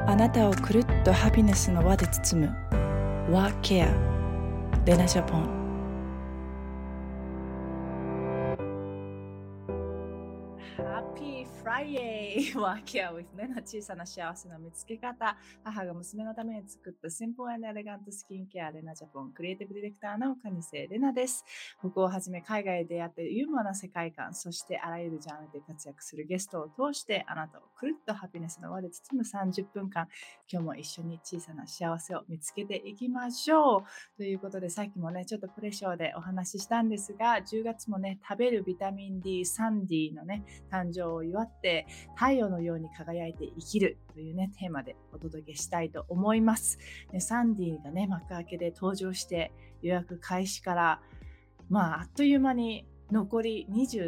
あなたをくるっとハピネスの輪で包むワーケアレナジャポン。Happy Friday! ワーケア with レナ。小さな幸せの見つけ方。母が娘のために作ったシンプル&エレガントスキンケアレナジャポンクリエイティブディレクターの蟹瀬レナです。北欧をはじめ海外で出会ってユーモアな世界観、そしてあらゆるジャンルで活躍するゲストを通してあなたをくるっとハピネスの輪で包む30分間、今日も一緒に小さな幸せを見つけていきましょう。ということで、さっきもねちょっとプレショーでお話ししたんですが、10月もね食べるビタミン D サンディのね誕生を祝って太陽のように輝いて生きるというねテーマでお届けしたいと思います。でサンディがね幕開けで登場して予約開始からあっという間に残り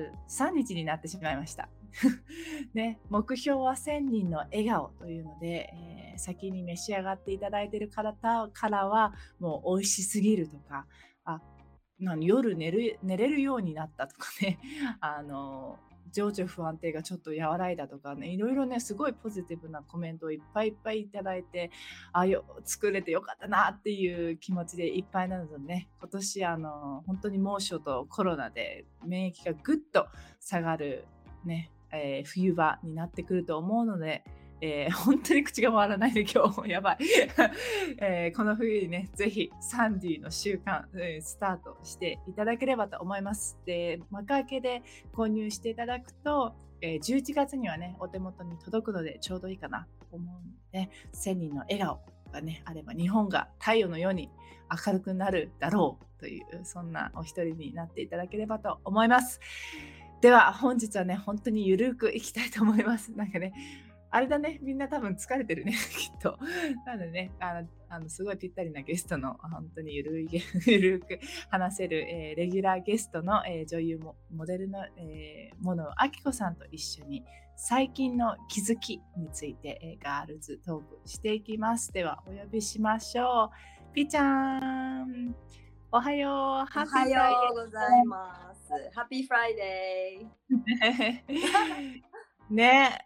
23日になってしまいました。ね、目標は1000人の笑顔というので、先に召し上がっていただいている方からはもう美味しすぎるとか、夜寝れるようになったとかね、情緒不安定がちょっと和らいだとかね、いろいろねすごいポジティブなコメントをいっぱいいただいて、作れてよかったなっていう気持ちでいっぱいなのでね、今年本当に猛暑とコロナで免疫がぐっと下がるね、冬場になってくると思うので、本当に口が回らないで今日もやばい、この冬にねぜひサンディの習慣、スタートしていただければと思います。で、幕開けで購入していただくと、11月にはねお手元に届くのでちょうどいいかなと思うので、1000人の笑顔がねあれば日本が太陽のように明るくなるだろうという、そんなお一人になっていただければと思います。では本日はね本当にゆるくいきたいと思います。なんかねあれだね、みんな多分疲れてるねきっと。なのでねすごいぴったりなゲストの本当にゆるく話せる、レギュラーゲストの、女優モデルの、モノアキコさんと一緒に最近の気づきについて、ガールズトークしていきます。ではお呼びしましょう。ピーちゃん、おはよう。 おはようございます。ハッピーフライデーね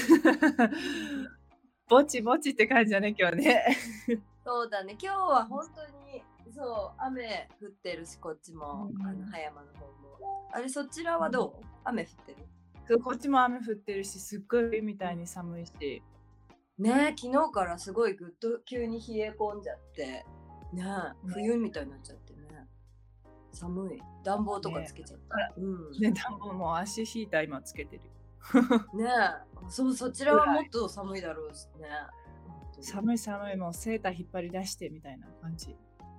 ぼちぼちって感じだね今日ね。 そうだね、今日は本当にそう雨降ってるし、こっちも、葉山の方も。あれ、そちらはどう？雨降ってる？ こっちも雨降ってるし、すっごいみたいに寒いしね。昨日からすごいぐっと急に冷え込んじゃってね、冬みたいになっちゃってね、寒い。暖房とかつけちゃった。 ね、暖房も足ヒーター今つけてるね。そちらはもっと寒いだろうしね。 寒い、もうセーター引っ張り出してみたいな感じ。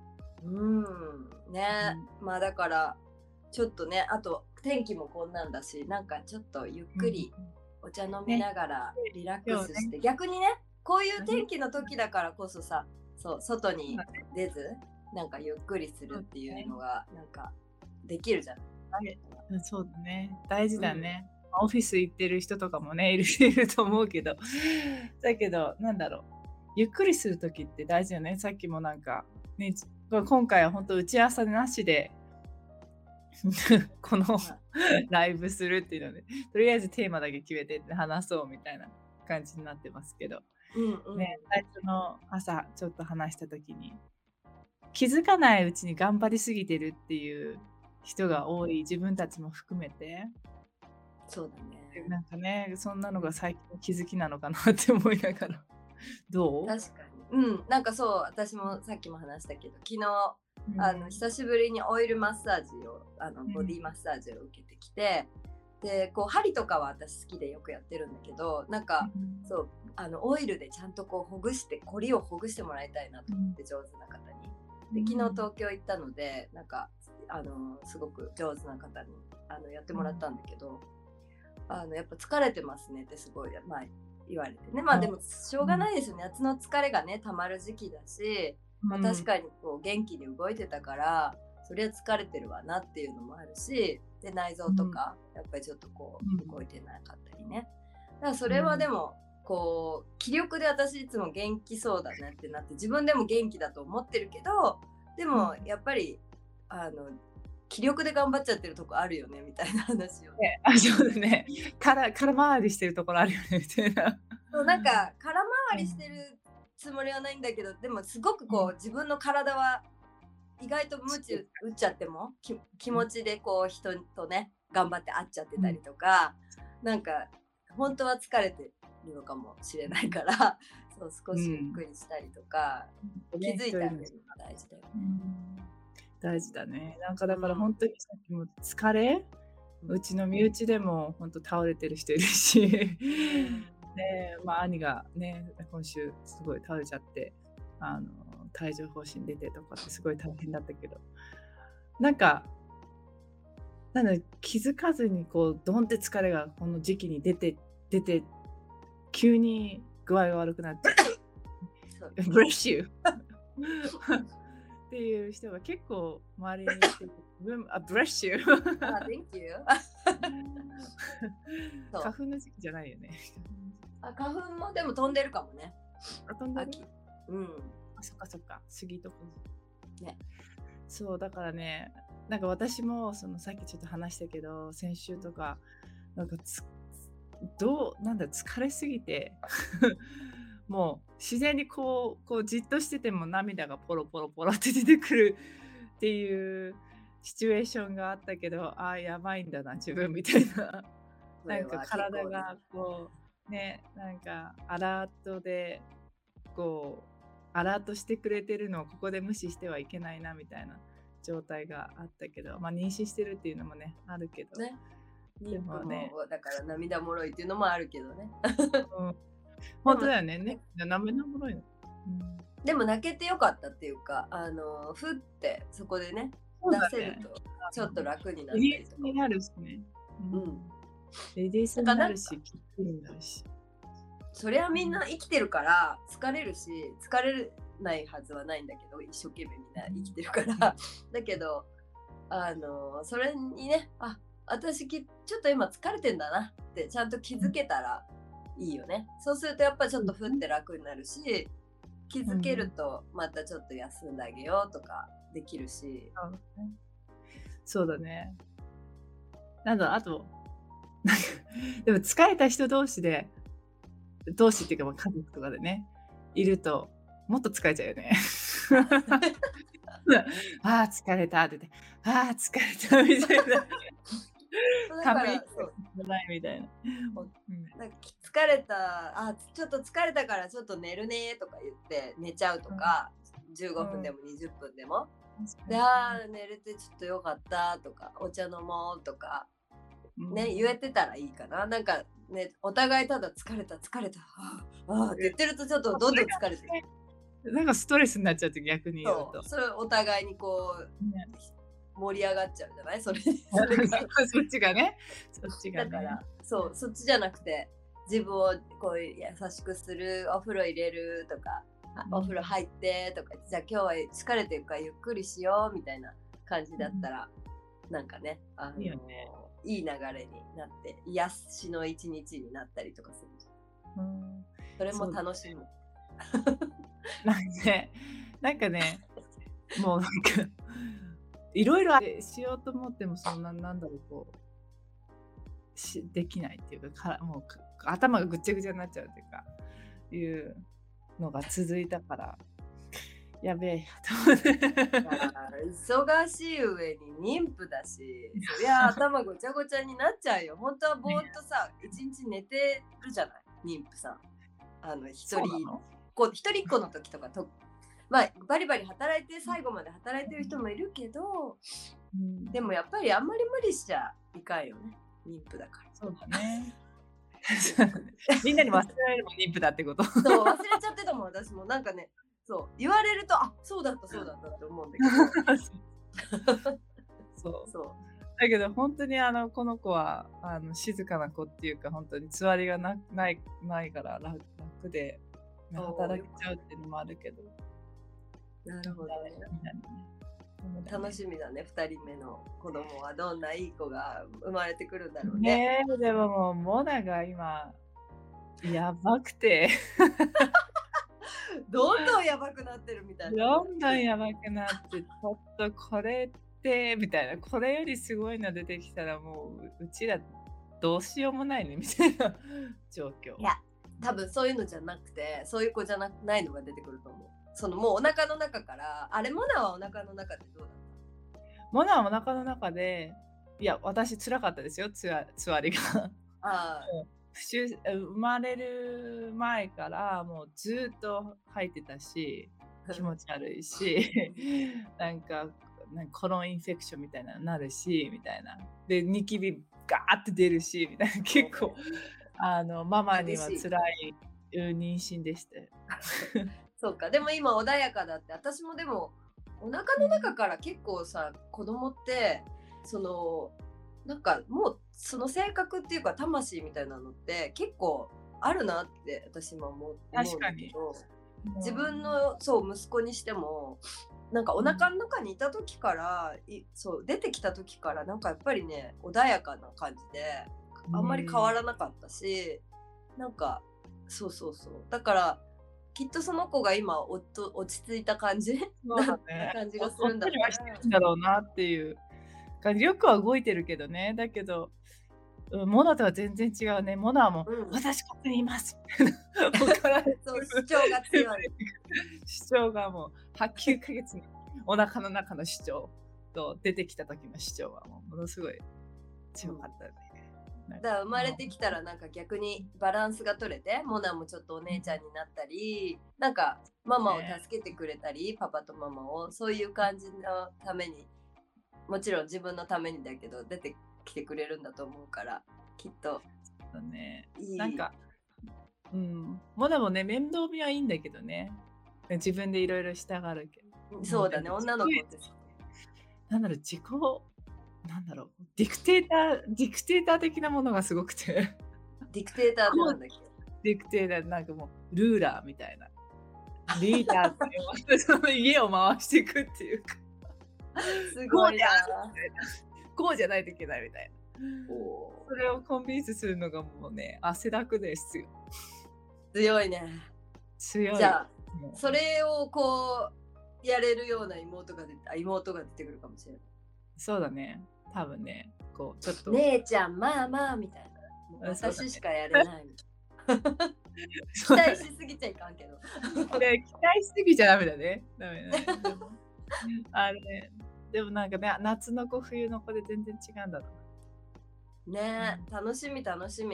ね、だからちょっとね、あと天気もこんなんだし、なんかちょっとゆっくりお茶飲みながらリラックスして、逆にね、こういう天気の時だからこそさ、そう外に出ずなんかゆっくりするっていうのがなんかできるじゃん。 そうだね、大事だね。オフィス行ってる人とかもねいると思うけど、だけどなんだろう、ゆっくりする時って大事よね。さっきもなんかね、今回は本当打ち合わせなしでこのライブするっていうので、とりあえずテーマだけ決めて話そうみたいな感じになってますけど、ね、最初の朝ちょっと話した時に気づかないうちに頑張りすぎてるっていう人が多い、自分たちも含めて。 そうだね。 なんかね、そんなのが最近気づきなのかなって思いながら。どう？ 確かに。なんかそう、私もさっきも話したけど、昨日久しぶりにオイルマッサージをボディマッサージを受けてきて、でこう針とかは私好きでよくやってるんだけど、なんか、そうオイルでちゃんとこうほぐして、コリをほぐしてもらいたいなと思って、上手な方に。で昨日東京行ったので、なんかすごく上手な方にやってもらったんだけど、やっぱ疲れてますねってすごい、言われてね。でもしょうがないですよね。夏の疲れがねたまる時期だし、確かにこう元気に動いてたから、そりゃ疲れてるわなっていうのもあるし、で内臓とかやっぱりちょっとこう動いてなかったりね。だからそれはでもこう気力で私いつも元気そうだねってなって、自分でも元気だと思ってるけど、でもやっぱり気力で頑張っちゃってるとこあるよねみたいな話を、 そうだね。空回りしてるところあるよねみたいな。 そう、なんか空回りしてるつもりはないんだけど、でもすごくこう自分の体は意外と鞭打っちゃっても気持ちでこう人とね頑張って会っちゃってたりとか、なんか本当は疲れてるのかもしれないからそう少しゆっくりしたりとか、気づいたら大事だよね。 大事だね。なんかだから本当にさっきも疲れ、うちの身内でも本当倒れてる人いるしで、まあ、兄がね今週すごい倒れちゃって帯状疱疹出てとかってすごい大変だったけど、なんか気づかずにこうドンって疲れがこの時期に出て急に具合が悪くなってブレッシュっていう人が結構周りにいてブレッシュ Thank you 花粉の時期じゃないよね。 花粉もでも飛んでるかもね。 飛んでる？そっか杉とかね。 そうだからね、なんか私もそのさっきちょっと話したけど先週とかなんか疲れすぎてもう自然にこうじっとしてても涙がポロポロポロって出てくるっていうシチュエーションがあったけど、やばいんだな自分みたいな、なんか体がこうね、なんかアラートでこうアラートしてくれてるのをここで無視してはいけないなみたいな状態があったけど、まあ妊娠してるっていうのもねあるけどね、妊婦もねだから涙もろいっていうのもあるけどね、 本当だよね。涙もろいの、 でも泣けてよかったっていうか、ふってそこでね出せるとちょっと楽になったりとか。 リリースになるしね。リリースになるし、きっちりになるし。 そりゃみんな生きてるから疲れるし、疲れないはずはないんだけど、一生懸命みんな生きてるからだけどそれにね、私ちょっと今疲れてんだなってちゃんと気づけたらいいよね。そうするとやっぱちょっとふって楽になるし、気づけるとまたちょっと休んであげようとかできるし、 そうだね。あとでも疲れた人同士っていうか家族とかでねいるともっと疲れちゃうよね疲れたって言って疲れたみたいなため息ないみたいな、 疲れたちょっと疲れたからちょっと寝るねとか言って寝ちゃうとか、15分でも20分でも、で寝れてちょっとよかったとかお茶飲もうとかね、言えてたらいいかな。なんかね、お互いただ疲れたって言ってるとちょっとどんどん疲れてる。 なんかストレスになっちゃって逆に言うと。 それお互いにこう、盛り上がっちゃうじゃない？そっちがね。 だからそっちじゃなくて自分をこう優しくする、お風呂入れるとか、お風呂入ってとか、じゃあ今日は疲れてるからゆっくりしようみたいな感じだったら、なんかね、いいよね。いい流れになって癒しの一日になったりとかするじゃん。それも楽しむ。 なんかね、もうなんかいろいろしようと思ってもそんなできないっていうか、もう頭がぐっちゃぐちゃになっちゃうっていうかいうのが続いたから。やべえ忙しい上に妊婦だし、そりゃ頭ごちゃごちゃになっちゃうよ。本当はぼーっとさ、一日寝てるじゃない、妊婦さん。一人っ子の時とかまあバリバリ働いて最後まで働いてる人もいるけど、でもやっぱりあんまり無理しちゃいかんよね、妊婦だから。 そうだねみんなに忘れられるも妊婦だってこと。 そう忘れちゃってたもん私も。なんかね、そう言われるとそうだったって思うんだけどそうだけど本当にこの子は静かな子っていうか、本当につわりがないから楽で働けちゃうっていうのもあるけど。 なるほどね。楽しみだね。2人目の子供はどんないい子が生まれてくるんだろうね。 でももうモナが今やばくてどんどんやばくなってるみたいな。 どんどんやばくなってちょっとこれってみたいな、これよりすごいの出てきたらもううちらどうしようもないねみたいな状況。 いや多分そういうのじゃなくて、そういう子じゃないのが出てくると思う。そのもうお腹の中から、あれモナはお腹の中でどうだっモナはお腹の中で、いや、私辛かったですよ、つわりが。 た？ああ、 もう生まれる前からもうずっと吐いてたし、気持ち悪いし、なんかコロンインフェクションみたいなのなるし、みたいな。で、ニキビガーって出るし、みたいな。結構、ママには激しい。 辛い妊娠でしたよ。 そうか。でも今穏やかだって。私もでもお腹の中から結構さ、子供ってそのなんかもうその性格っていうか魂みたいなのって結構あるなって私も思うんだ確かに。 けど、自分のそう息子にしてもなんかお腹の中にいた時からそう出てきた時からなんかやっぱりね穏やかな感じであんまり変わらなかったし、なんかそうそうそうだからきっとその子が今落ち着いた感じそうだね。 な感じがすおっるんだったら、 とりはしてるんだろうなっていう感じ。よくは動いてるけどね。だけど、モナとは全然違うね。モナはもう、 うん、 私ここにいますみたいな。わからない。 そう主張が強い。 主張がもう、8、9ヶ月のお腹の中の主張と出てきた時の主張はもうものすごい強かったね。 だから生まれてきたらなんか逆にバランスが取れてモナもちょっとお姉ちゃんになったりなんかママを助けてくれたり、パパとママをそういう感じのためにもちろん自分のためにだけど出てきてくれるんだと思うからきっとだね。 いい。 なんか、モナもね、面倒見はいいんだけどね。自分でいろいろしたがるけど。 そうだね、女の子ってなんだろう、なんだろう、ディクテーター的なものがすごくて。 ディクテーターってなんだっけ？ ディクテーター、なんかもう、ルーラーみたいな。リーダーっていう、その家を回していくっていうか。 すごいな。 こうじゃないといけないみたいな。それをコンビンスするのがもうね、汗だくですよ。 強いね。 強い。 じゃあ、それをこうやれるような妹が出てくるかもしれない。 そうだね。多分ね、こうちょっと。 姉ちゃん、まあまあみたいな。私しかやれないみたいな。期待しすぎちゃいかんけど。 で期待しすぎちゃダメだね。ダメだね。あれね、でもなんかね、夏の子、冬の子で全然違うんだろうね、楽しみ。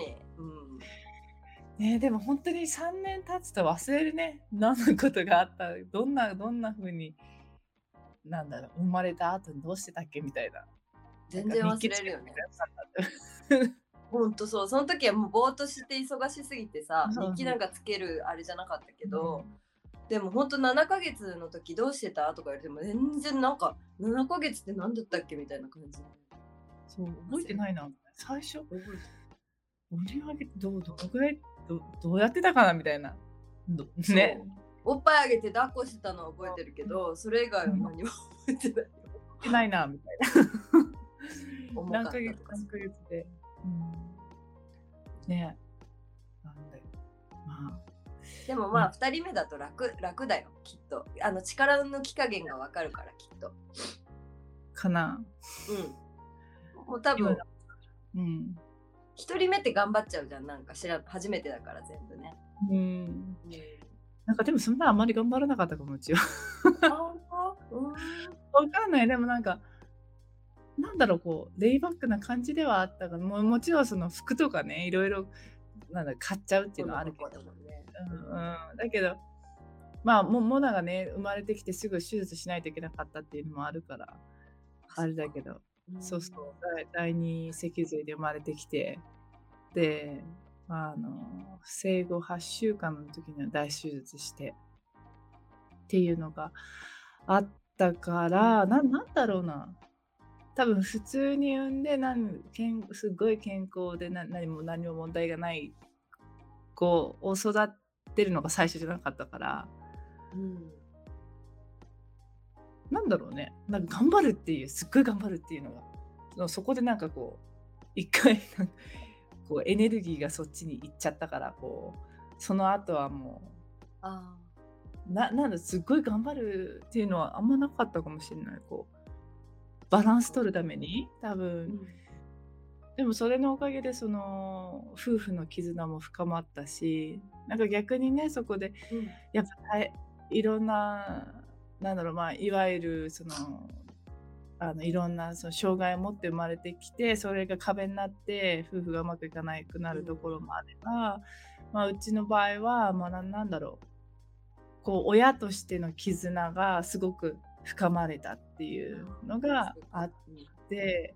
ね、でも本当に3年経つと忘れるね。何のことがあった、どんな風に、なんだろう、生まれた後にどうしてたっけみたいな。 全然忘れるよね。ほんとそう、その時はもうぼーっとして忙しすぎてさ、日記なんかつけるあれじゃなかったけど、でもほんと7ヶ月の時どうしてたとか言われても全然なんか7ヶ月って何だったっけみたいな感じ。 そう、覚えてないな。最初、盛り上げてどのくらいどうやってたかなみたいな。ね。 おっぱいあげて抱っこしてたのは覚えてるけど、それ以外は何も覚えてない。 覚えてないなみたいな。何ヶ月で。ね。なんだよ。まあ。 でもまあ2人目だと楽だよきっと。力抜き加減がわかるからきっと。 かな。 もう多分。1人目って頑張っちゃうじゃん。なんか初めてだから全部ね。 なんかでもそんなあんまり頑張らなかったかもうちは。わかんない。でもなんかなんだろう、こうレイバックな感じではあったが、もちろんその服とかね、いろいろ買っちゃうっていうのはあるけど、だけどまあモナがね生まれてきてすぐ手術しないといけなかったっていうのもあるからあれだけど、そう第二脊髄で生まれてきて、で生後8週間の時には大手術してっていうのがあったから、なんだろうな、多分普通に産んですごい健康で何も問題がない子を育てるのが最初じゃなかったから、なんだろうね、なんか頑張るっていう、すっごい頑張るっていうのがそこでなんかこう一回こうエネルギーがそっちに行っちゃったから、こうその後はもうなんだすっごい頑張るっていうのはあんまなかったかもしれない。こうバランス取るために多分、 でもそれのおかげでその夫婦の絆も深まったし、なんか逆にね、そこでうん。 やっぱいろんな、なんだろう、まあ、いわゆるその、いろんなその障害を持って生まれてきて、それが壁になって夫婦がうまくいかなくなるところもあれば、まあ、うちの場合は、まあ、なんだろう、こう親としての絆がすごく深まれたっていうのが素敵。 あって、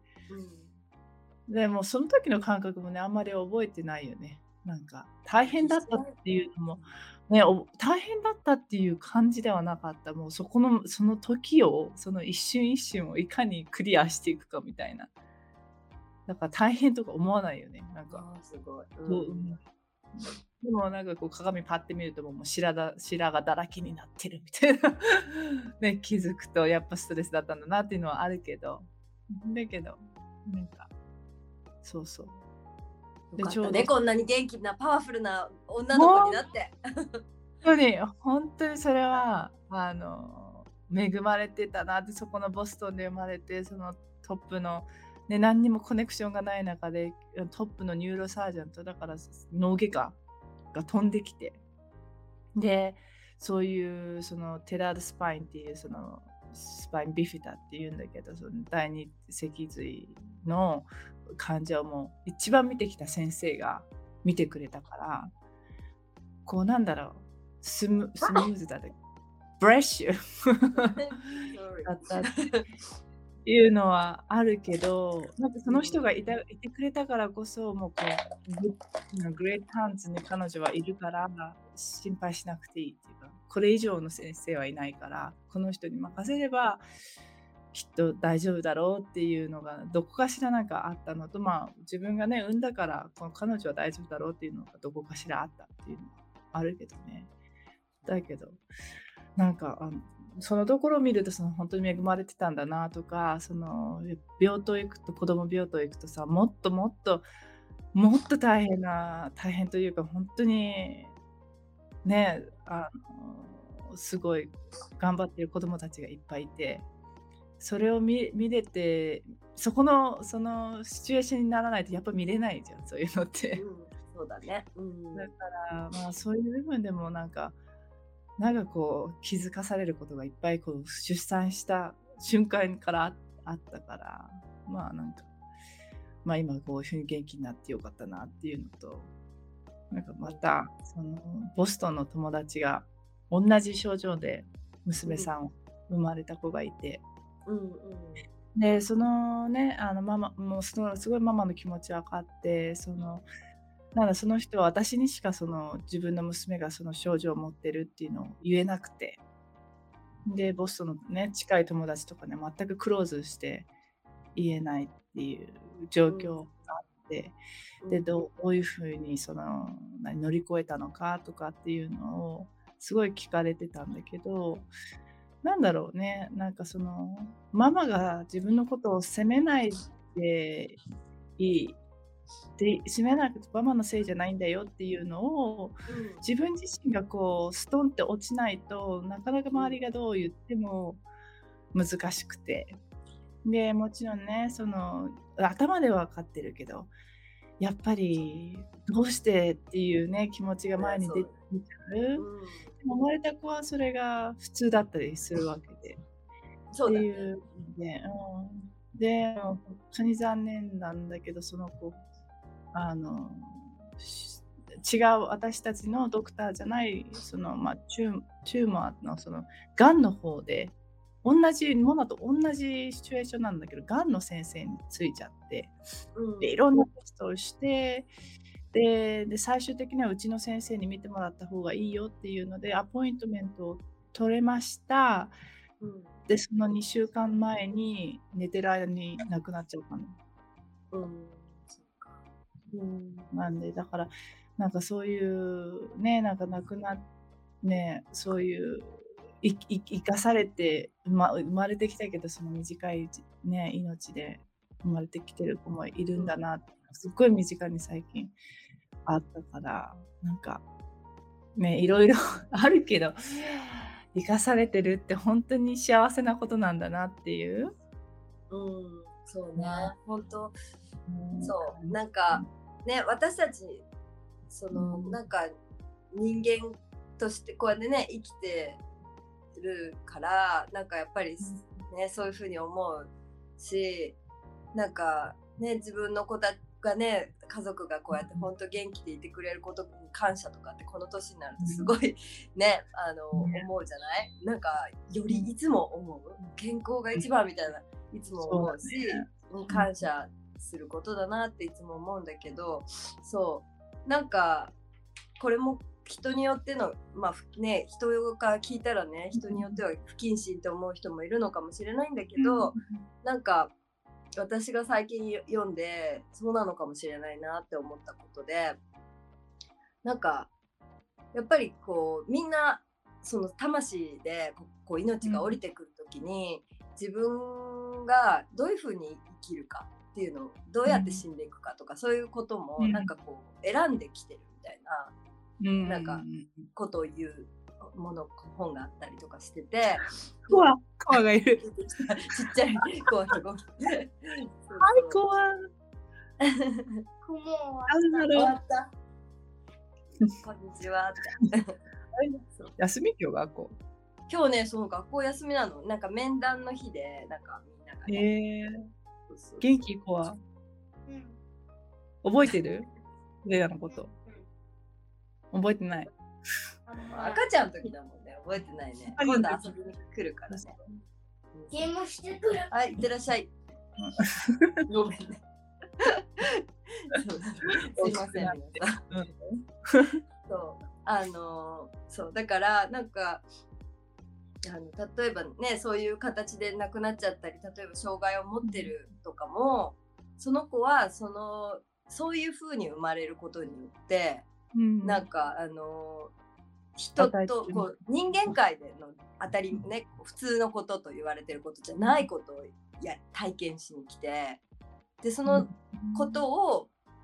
うん。 でもその時の感覚もね、あんまり覚えてないよね。なんか大変だったっていうのも、ね、大変だったっていう感じではなかった。もうその時を、その一瞬一瞬をいかにクリアしていくかみたいな。だから大変とか思わないよね。なんか、 ああ、すごい。 うん。でもなんかこう鏡パッて見るともう白髪だらけになってるみたいなね、気づくとやっぱストレスだったんだなっていうのはあるけど、だけど、なんか、そうそう。で、 よかったね、 ちょうどこんなに元気なパワフルな女の子になって。 本当にそれは、恵まれてたなって、そこのボストンで生まれて、そのトップの、ね、何にもコネクションがない中で、トップのニューロサージャントだから、脳外科が飛んできて、で、そういうそのテラードスパインっていうそのスパインビフィタっていうんだけど、その第二脊髄の患者をもう一番見てきた先生が見てくれたから、こうなんだろう、スムーズだった。ブレッシュ Sorry だったっていうのはあるけど、なんかその人がいてくれたからこそ、もうこう、グレートハンズに彼女はいるから、心配しなくていいっていうか、これ以上の先生はいないから、この人に任せればきっと大丈夫だろうっていうのがどこかしらなんかあったのと、まあ自分がね、産んだからこの彼女は大丈夫だろうっていうのがどこかしらあったっていうのはあるけどね。だけど、なんかそのところを見ると本当に恵まれてたんだなとか、その病棟行くと子供病棟行くとさ、もっともっともっと大変というか本当にね、すごい頑張ってる子供たちがいっぱいいて、それを見れて、そのシチュエーションにならないとやっぱ見れないじゃん、そういうのって。 そうだね。 だから、まあ、そういう部分でもなんかこう気づかされることがいっぱいこう出産した瞬間からあったから、まあなんか、まあ今こういうふうに元気になってよかったなっていうのと、なんかまたそのボストンの友達が同じ症状で娘さんを生まれた子がいて、でそのねママもうすごいママの気持ち分かって、その人は私にしか自分の娘がその症状を持ってるっていうのを言えなくて、でボストンのね近い友達とかね全くクローズして言えないっていう状況があって、でどういうふうに乗り越えたのかとかっていうのをすごい聞かれてたんだけど、なんだろうね、なんかママが自分のことを責めないでいいで、責めなくてママのせいじゃないんだよっていうのを、自分自身がこうストンって落ちないと、なかなか周りがどう言っても難しくて。で、もちろんね、頭では分かってるけど、やっぱりどうしてっていうね、気持ちが前に出ちゃう。でも生まれた子はそれが普通だったりするわけで。っていうね、で、本当に残念なんだけど、その子、あの、違う私たちのドクターじゃない、チューマーのがんの方で、ママと同じシチュエーションなんだけど、がんの先生についちゃって、で、いろんなテストをして、で、最終的にはうちの先生に見てもらった方がいいよっていうので、アポイントメントを取れました。で、その2週間前に寝てる間に亡くなっちゃったの。なんで、だから、なんかそういうね、なんか亡くなね、そういう生かされて、生まれてきたけど、その短いね、命で生まれてきてる子もいるんだなって、すっごい身近に最近あったから、なんかね、いろいろあるけど、生かされてるって本当に幸せなことなんだなっていう。 そうね、本当、そうなんかね、私たちなんか人間としてこうやってね生きてるから、なんかやっぱりね、そういう風に思うし、なんかね、自分の子がね、家族がこうやって本当元気でいてくれることに感謝とかってこの年になるとすごいね、思うじゃない。なんかよりいつも思う、健康が一番みたいないつも思うし、感謝することだなっていつも思うんだけど、そうなんかこれも人によっての、まあね、人が聞いたらね、人によっては不謹慎って思う人もいるのかもしれないんだけど、なんか私が最近読んでそうなのかもしれないなって思ったことで、なんかやっぱりこうみんなその魂でこう命が降りてくる時に、自分がどういうふうに生きるかっていうのを、どうやって死んでいくかとか、そういうこともなんかこう選んできてるみたいな、なんかことを言う本があったりとかしてて、 コアがいる。 ちっちゃいコアが動きて。はい、 コア。 終わった。こんにちはって。 休み今日学校。 今日ね、その学校休みなの。なんか面談の日で、なんかみんながね。 元気コア。覚えてる？レイラのこと。覚えてない。 赤ちゃんの時だもんね。覚えてないね。今度遊びに来るからね。 ゲームしてくる。 はい、いってらっしゃい。ごめんね。すいません、皆さん。そうだからなんか例えばね、そういう形で亡くなっちゃったり、例えば障害を持ってるとかも、その子はそういう風に生まれることによって、なんか人とこう人間界での当たりね、普通のことと言われてることじゃないことを体験しに来て、でそのことを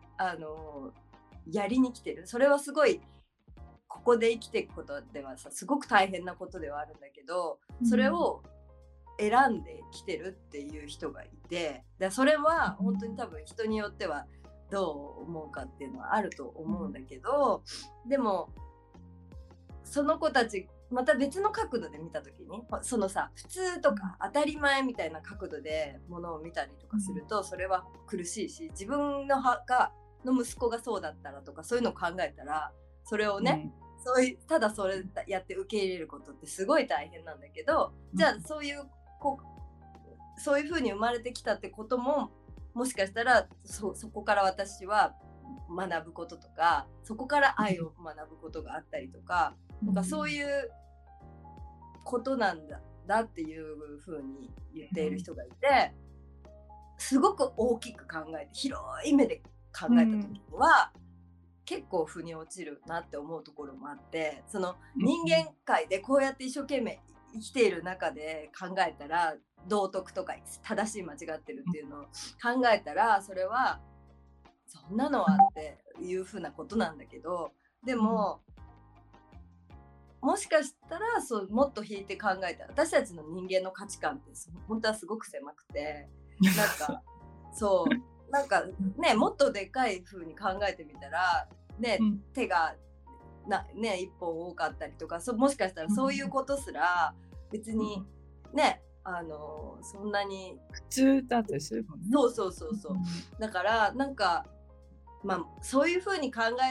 やりに来てる。それはすごいここで生きていくことではさ、すごく大変なことではあるんだけど、それを選んできてるっていう人がいて、それは本当に多分人によってはどう思うかっていうのはあると思うんだけど、でもその子たちまた別の角度で見た時に、そのさ、普通とか当たり前みたいな角度でものを見たりとかすると、それは苦しいし、自分の息子がそうだったらとか、そういうのを考えたら、それをね、ただそれやって受け入れることってすごい大変なんだけど、じゃあそういう風に生まれてきたってことも、もしかしたらそこから私は学ぶこととか、そこから愛を学ぶことがあったりとか、なんかそういうことなんだっていう風に言っている人がいて、すごく大きく考えて、広い目で考えた時には、結構腑に落ちるなって思うところもあって、その人間界でこうやって一生懸命生きている中で考えたら、道徳とか正しい間違ってるっていうのを考えたら、それはそんなのはっていうふうなことなんだけど、でももしかしたらもっと引いて考えたら、私たちの人間の価値観って本当はすごく狭くて、なんかそうなんかね、もっとでかい風に考えてみたらね、手がね一本多かったりとか、もしかしたらそういうことすら別にね、そんなに普通だとするもんね。 そうだからなんかまあそういう風に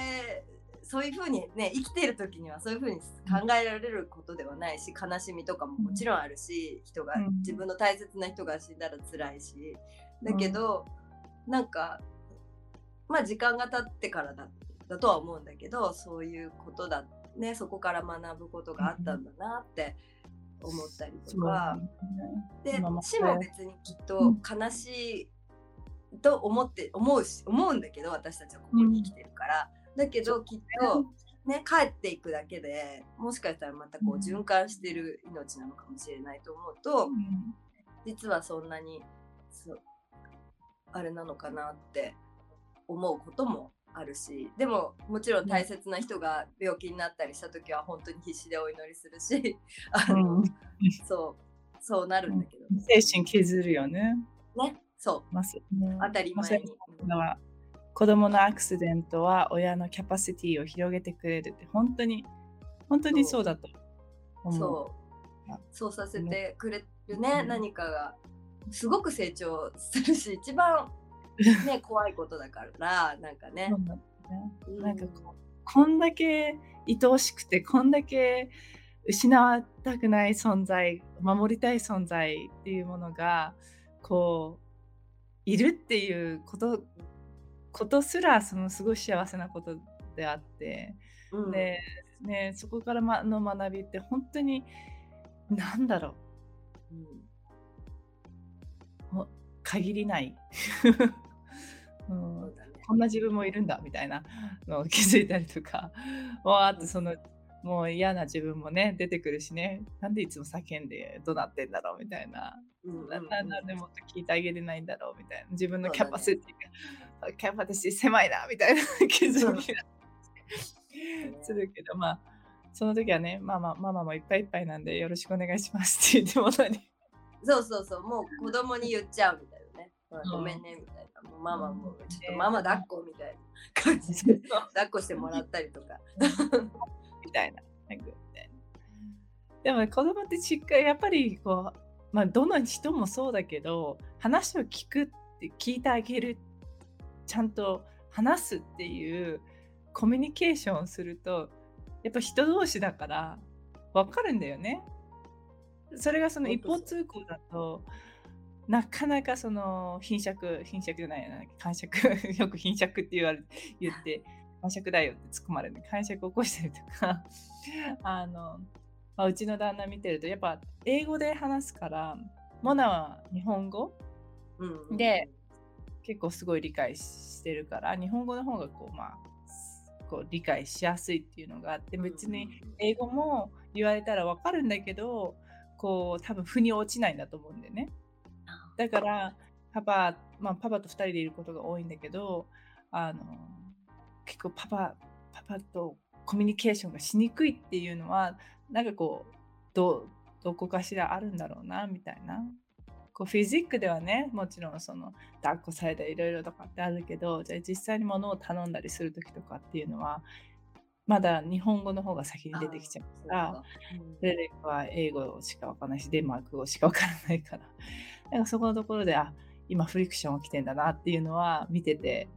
ね、生きている時にはそういう風に考えられることではないし、悲しみとかももちろんあるし、自分の大切な人が死んだら辛いし、だけどなんかまあ時間が経ってからだとは思うんだけど、そういうことだね、そこから学ぶことがあったんだなって思ったりとか、で死も別にきっと悲しいと思うんだけど、私たちはここに生きてるから、だけどきっとね、帰っていくだけでもしかしたらまたこう循環してる命なのかもしれないと思うと、実はそんなにあれなのかなって思うこともあるし、でももちろん大切な人が病気になったりした時は本当に必死でお祈りするし、そうなるんだけど、 精神削るよね。 そうまあ当たり前に、 子供のアクシデントは親のキャパシティを広げてくれるって本当にそうだと思う。 そうさせてくれるね、何かがすごく成長するし、一番ね怖いことだからなんかね。 なんかこんだけ愛おしくて、こんだけ失わたくない存在、守りたい存在っていうものがこういるっていうことすらすごい幸せなことであって、でね、そこからの学びって本当になんだろう、限りない、こんな自分もいるんだみたいなのを気づいたりとか、あともう嫌な自分もね出てくるしね、なんでいつも叫んでどうなってんだろうみたいな、なんでもっと聞いてあげれないんだろうみたいな、自分のキャパシティが、キャパシティ狭いなみたいな気づきがするけど、まあその時はね、ママもいっぱいいっぱいなんでよろしくお願いしますって言ってもらに。 そうもう子供に言っちゃうみたいなね、ごめんねみたいな、もうママもちょっとママ抱っこみたいな感じで抱っこしてもらったりとかみたいな。でも子供ってやっぱりこう、どの人もそうだけど、話を聞くって聞いてあげる、ちゃんと話すっていうコミュニケーションをすると、やっぱ人同士だから分かるんだよね。それがその一方通行だとなかなか貧爵じゃないな、感触よく貧爵って言って感触だよって突っ込まれる、感触を起こしたりとかうちの旦那見てるとやっぱ英語で話すから、モナは日本語、で結構すごい理解してるから、日本語の方がこう理解しやすいっていうのがあって、別に英語も言われたら分かるんだけど、こう多分腑に落ちないんだと思うんだよね。だからパパと2人でいることが多いんだけど、結構パパとコミュニケーションがしにくいっていうのはなんかこうどこかしらあるんだろうなみたいな。こうフィジックではね、もちろん抱っこされたりいろいろとかってあるけど、じゃあ実際に物を頼んだりする時とかっていうのはまだ日本語の方が先に出てきちゃうから、レレクは英語しか分からないし、デンマーク語しか分からないから、なんかそこのところで今フリクション起きてんだなっていうのは見てて、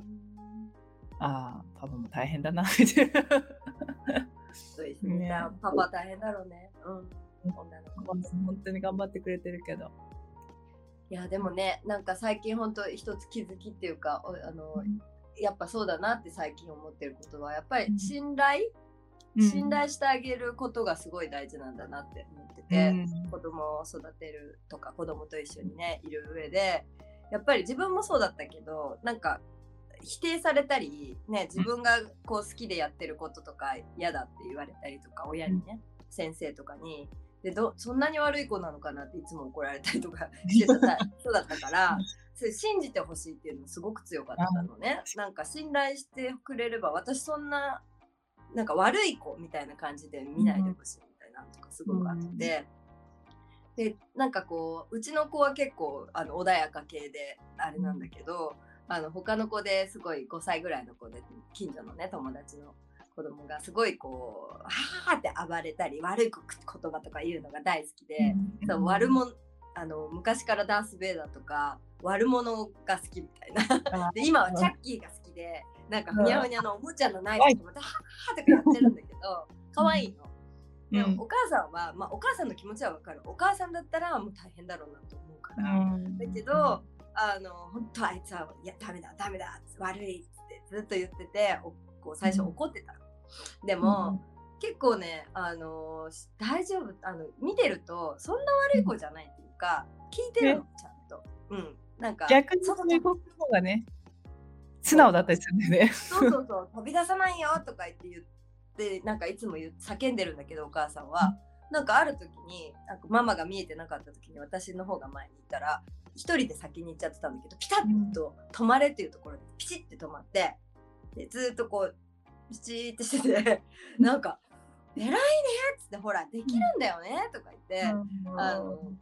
パパも大変だなみたいな。 そうですね。パパ大変だろうね。 本当に頑張ってくれてるけど。 いやでもね、なんか最近本当一つ気づきっていうか、やっぱそうだなって最近思ってることは、やっぱり信頼してあげることがすごい大事なんだなって思ってて、子供を育てるとか子供と一緒にねいる上で、やっぱり自分もそうだったけど、なんか否定されたりね、自分がこう好きでやってることとか嫌だって言われたりとか、親にね、先生とかにでそんなに悪い子なのかなっていつも怒られたりとかしてた人だったからそれ信じてほしいっていうのすごく強かったのね。なんか信頼してくれれば、私そんななんか悪い子みたいな感じで見ないでほしいみたいなとかすごくあって、でなんかこううちの子は結構穏やか系であれなんだけど、他の子ですごい5歳ぐらいの子で、近所のね友達の子供がすごいこうはーって暴れたり悪い言葉とか言うのが大好きで、悪者昔からダース・ベイダーとか悪者が好きみたいなで今はチャッキーが好きで、なんかふにゃふにゃのおもちゃのナイフとかではーってやってるんだけど可愛いの。でもお母さんは、お母さんの気持ちは分かる。お母さんだったらもう大変だろうなと思うから、だけど本当あいつはいやダメだ悪いってずっと言ってて、こう最初怒ってた。でも、結構ね大丈夫、見てるとそんな悪い子じゃないっていうか、聞いてるのちゃんと。なんか逆にそういう子の方がね素直だったりするんだよね。 そう飛び出さないよとか言ってなんかいつも叫んでるんだけど、お母さんはなんかある時になんかママが見えてなかった時に私の方が前にいたら一人で先に行っちゃってたんだけど、ピタッと止まれっていうところでピチッて止まって、でずっとこうピチッてしててなんか偉いねっつって、ほらできるんだよねとか言って、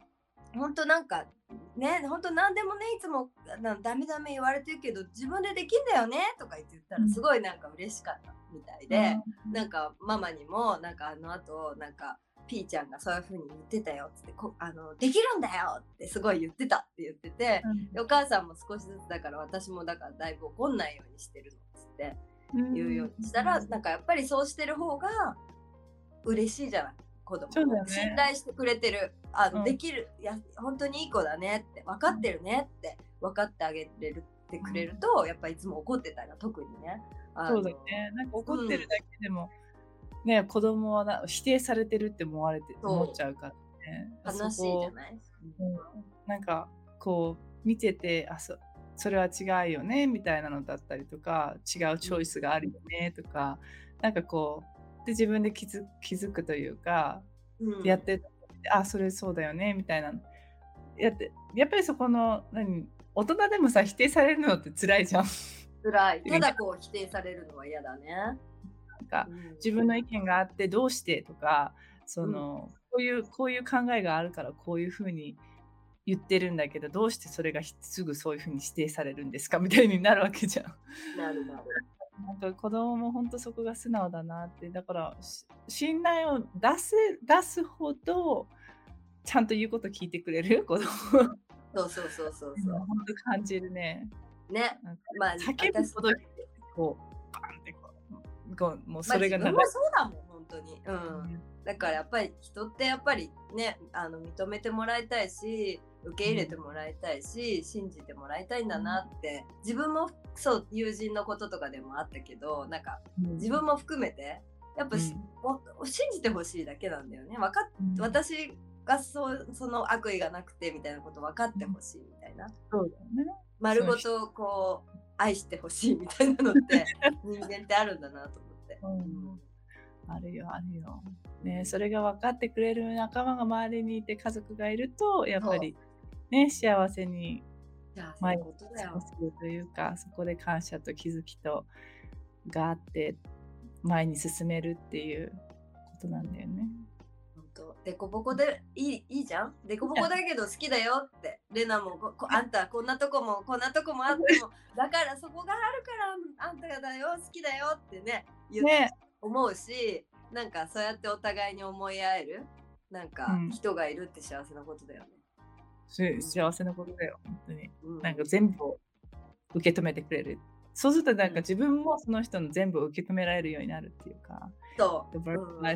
本当なんかね、本当何でもね、いつもダメダメ言われてるけど自分でできんだよねとか言ったらすごいなんか嬉しかったみたいで、なんかママにもなんか後なんかピーちゃんがそういう風に言ってたよってできるんだよってすごい言ってたって言ってて、お母さんも少しずつだから私もだからだいぶ怒んないようにしてるのって言うようにしたら、なんかやっぱりそうしてる方が嬉しいじゃない。子供も信頼してくれてる、できる、いや本当にいい子だねって分かってるねって分かってあげれるってくれると、やっぱりいつも怒ってたら特にね、 そうだよね。なんか怒ってるだけでも、ね、子供は否定されてるって思っちゃうからね。 悲しいじゃない、 なんかこう見ててそれは違うよねみたいなのだったりとか、違うチョイスがあるよねとか、なんかこうで自分で気づくというか、やってそれそうだよねみたいなやっぱりそこの大人でもさ否定されるのって辛いじゃん。 辛い。ただこう否定されるのは嫌だね。 なんか自分の意見があってどうしてとか、こういう考えがあるからこういうふうに言ってるんだけど、どうしてそれがすぐそういうふうに否定されるんですかみたいになるわけじゃん。 なる。 なんか子供も本当そこが素直だなって。だから信頼を出すほどちゃんと言うこと聞いてくれる子供。 そう。 本当感じるね。 ね。 まあ叫ぶほどこうバンってもうそれが自分もそうだもん本当に。だからやっぱり人ってやっぱりね認めてもらいたいし、受け入れてもらいたいし、信じてもらいたいんだなって、自分もそう友人のこととかでもあったけど、なんか自分も含めてやっぱ、信じてほしいだけなんだよね。私がその悪意がなくてみたいなこと分かってほしいみたいな。 そうだよね。 丸ごとこう愛してほしいみたいなのって人間ってあるんだなと思って。 あるよ。ね、それが分かってくれる仲間が周りにいて家族がいるとやっぱりね幸せに前に過ごせるというか、そこで感謝と気づきとがあって前に進めるっていうことなんだよね。 本当デコボコでいいじゃん。デコボコだけど好きだよってレナもあんたこんなとこもあってもだからそこがあるからあんたがだよ好きだよってね思うし、なんかそうやってお互いに思い合えるなんか人がいるって幸せなことだよね。 幸せなことだよ本当に。なんか全部を受け止めてくれる。そうするとなんか自分もその人の全部を受け止められるようになるっていうか。 そう。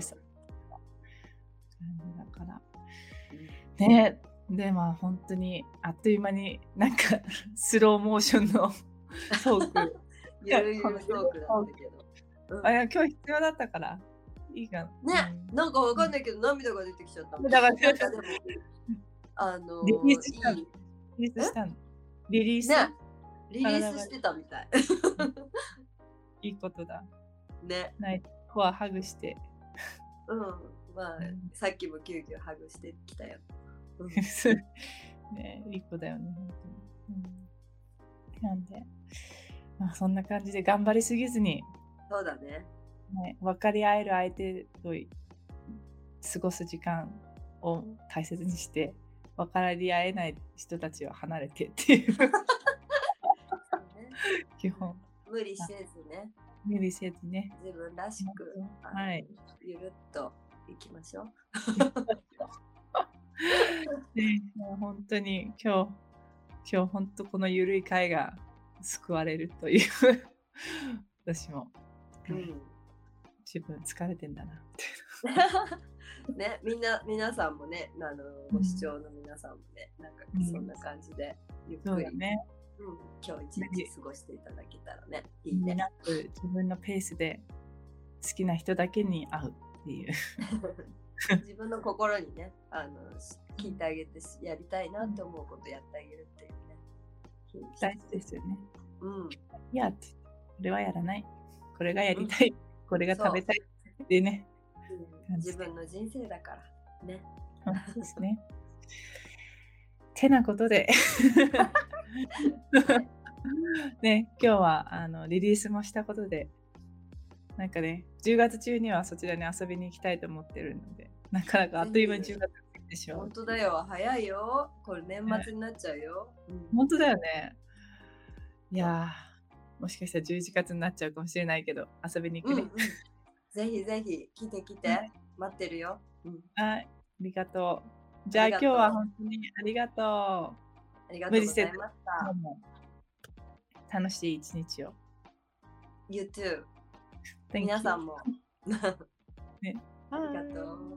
だからね。で本当にあっという間になんかスローモーションのトークゆるゆるトークだったけど。 今日必要だったからいいかな。ね、なんかわかんないけど涙が出てきちゃった。 だからリリースしたの。リリースしてたみたい。 いいことだ。 ね。 コアハグして。 まあさっきも急遽ハグしてきたよ。 ね、いい子だよね本当に。なんでそんな感じで頑張りすぎずに。 そうだね。 分かり合える相手と過ごす時間を大切にして分かり合えない人たちは離れてっていう基本無理せずね。 自分らしく、ゆるっといきましょう。 本当に今日本当このゆるい会が救われるという私も。自分疲れてんだなってね、皆さんもねご視聴の皆さんもねなんかそんな感じでゆっくり、今日一日過ごしていただけたらねいいね。 自分のペースで好きな人だけに会うっていう自分の心にね聞いてあげてやりたいなって思うことやってあげるっていうね大事ですよね。いやってこれはやらない、これがやりたい、これが食べたいってね、 自分の人生だからね。 そうですね。てなことでね、今日はリリースもしたことでなんかね10月中にはそちらに遊びに行きたいと思ってるので、なかなかあっという間に10月過ぎでしょ。 本当だよ、早いよ。これ年末になっちゃうよ。 本当だよね。いやー、もしかしたら11月になっちゃうかもしれないけど、遊びに行くね。 ぜひぜひ来て来て、待ってるよ。 はい、ありがとう。じゃあ今日は本当にありがとう。 ありがとうございました。 楽しい一日を。 You too。皆さんも。 ね、 ありがとう。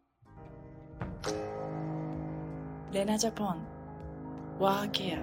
レナジャポンワーケア。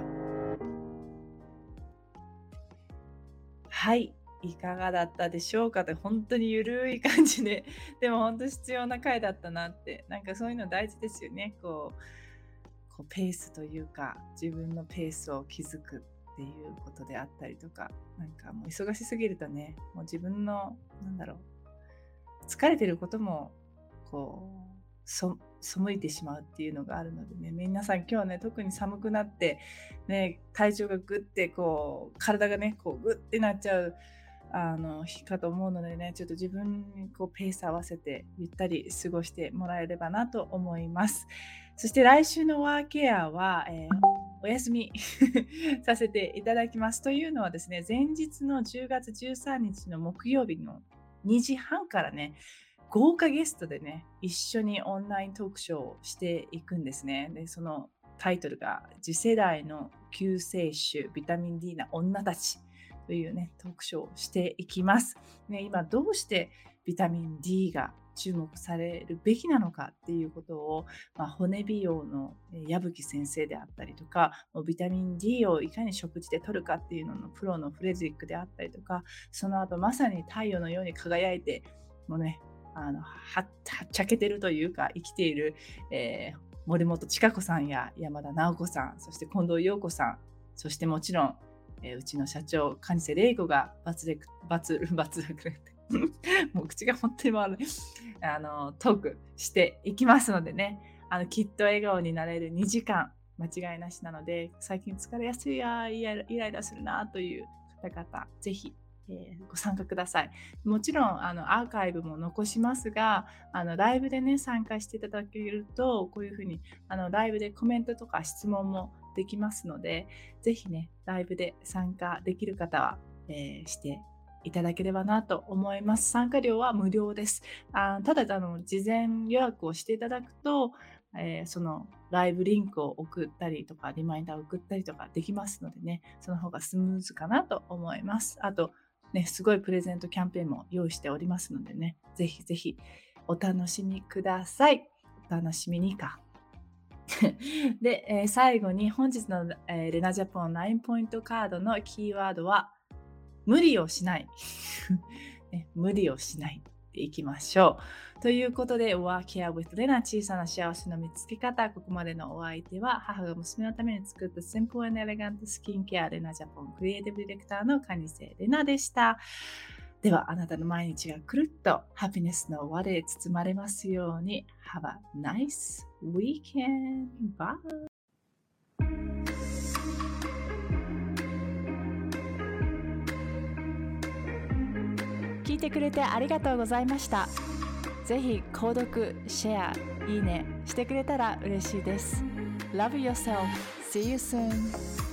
はい、いかがだったでしょうかって、本当にゆるい感じで、でも本当必要な回だったなって、なんかそういうの大事ですよね。こうペースというか、自分のペースを築くっていうことであったりとか、なんかもう忙しすぎるとね、もう自分の疲れてることもこう背いてしまうっていうのがあるのでね、皆さん今日ね、特に寒くなってね、体調がグッてこう体がねこうグッてなっちゃう日かと思うのでね、ちょっと自分にこうペース合わせてゆったり過ごしてもらえればなと思います。そして来週のワーケアは、お休みさせていただきます。というのはですね、前日の10月13日の木曜日の2時半からね、豪華ゲストでね、一緒にオンライントークショーをしていくんですね。で、そのタイトルが次世代の救世主ビタミン D な女たちというね、トークショーをしていきます。ね、今どうしてビタミン D が注目されるべきなのかっていうことを、骨美容の矢吹先生であったりとか、ビタミン D をいかに食事で摂るかっていうののプロのフレズリックであったりとか、その後まさに太陽のように輝いて、もうね、はっちゃけてるというか生きている、森本千佳子さんや山田直子さん、そして近藤陽子さん、そしてもちろん、うちの社長蟹瀬玲子がバツもう口が本当に回るトークしていきますのでね、きっと笑顔になれる2時間間違いなしなので、最近疲れやすいやイライラするなという方々、ぜひご参加ください。もちろんアーカイブも残しますが、ライブでね参加していただけると、こういうふうにライブでコメントとか質問もできますので、ぜひねライブで参加できる方は、していただければなと思います。参加料は無料です。ただ事前予約をしていただくと、そのライブリンクを送ったりとかリマインダーを送ったりとかできますのでね、その方がスムーズかなと思います。あとね、すごいプレゼントキャンペーンも用意しておりますのでね、ぜひぜひお楽しみください。お楽しみにか。で、最後に本日の、レナジャポン9ポイントカードのキーワードは無理をしない、ね、無理をしないでいきましょう。ということで、Work Here with レナ、小さな幸せの見つけ方。ここまでのお相手は、母が娘のために作った Simple and Elegant スキンケアレナジャポンクリエイティブディレクターの蟹瀬レナでした。では、あなたの毎日がくるっとハピネスの輪で包まれますように。Have a nice weekend. Bye. 聞いてくれてありがとうございました。ぜひ購読、シェア、いいねしてくれたら嬉しいです。Love yourself. See you soon.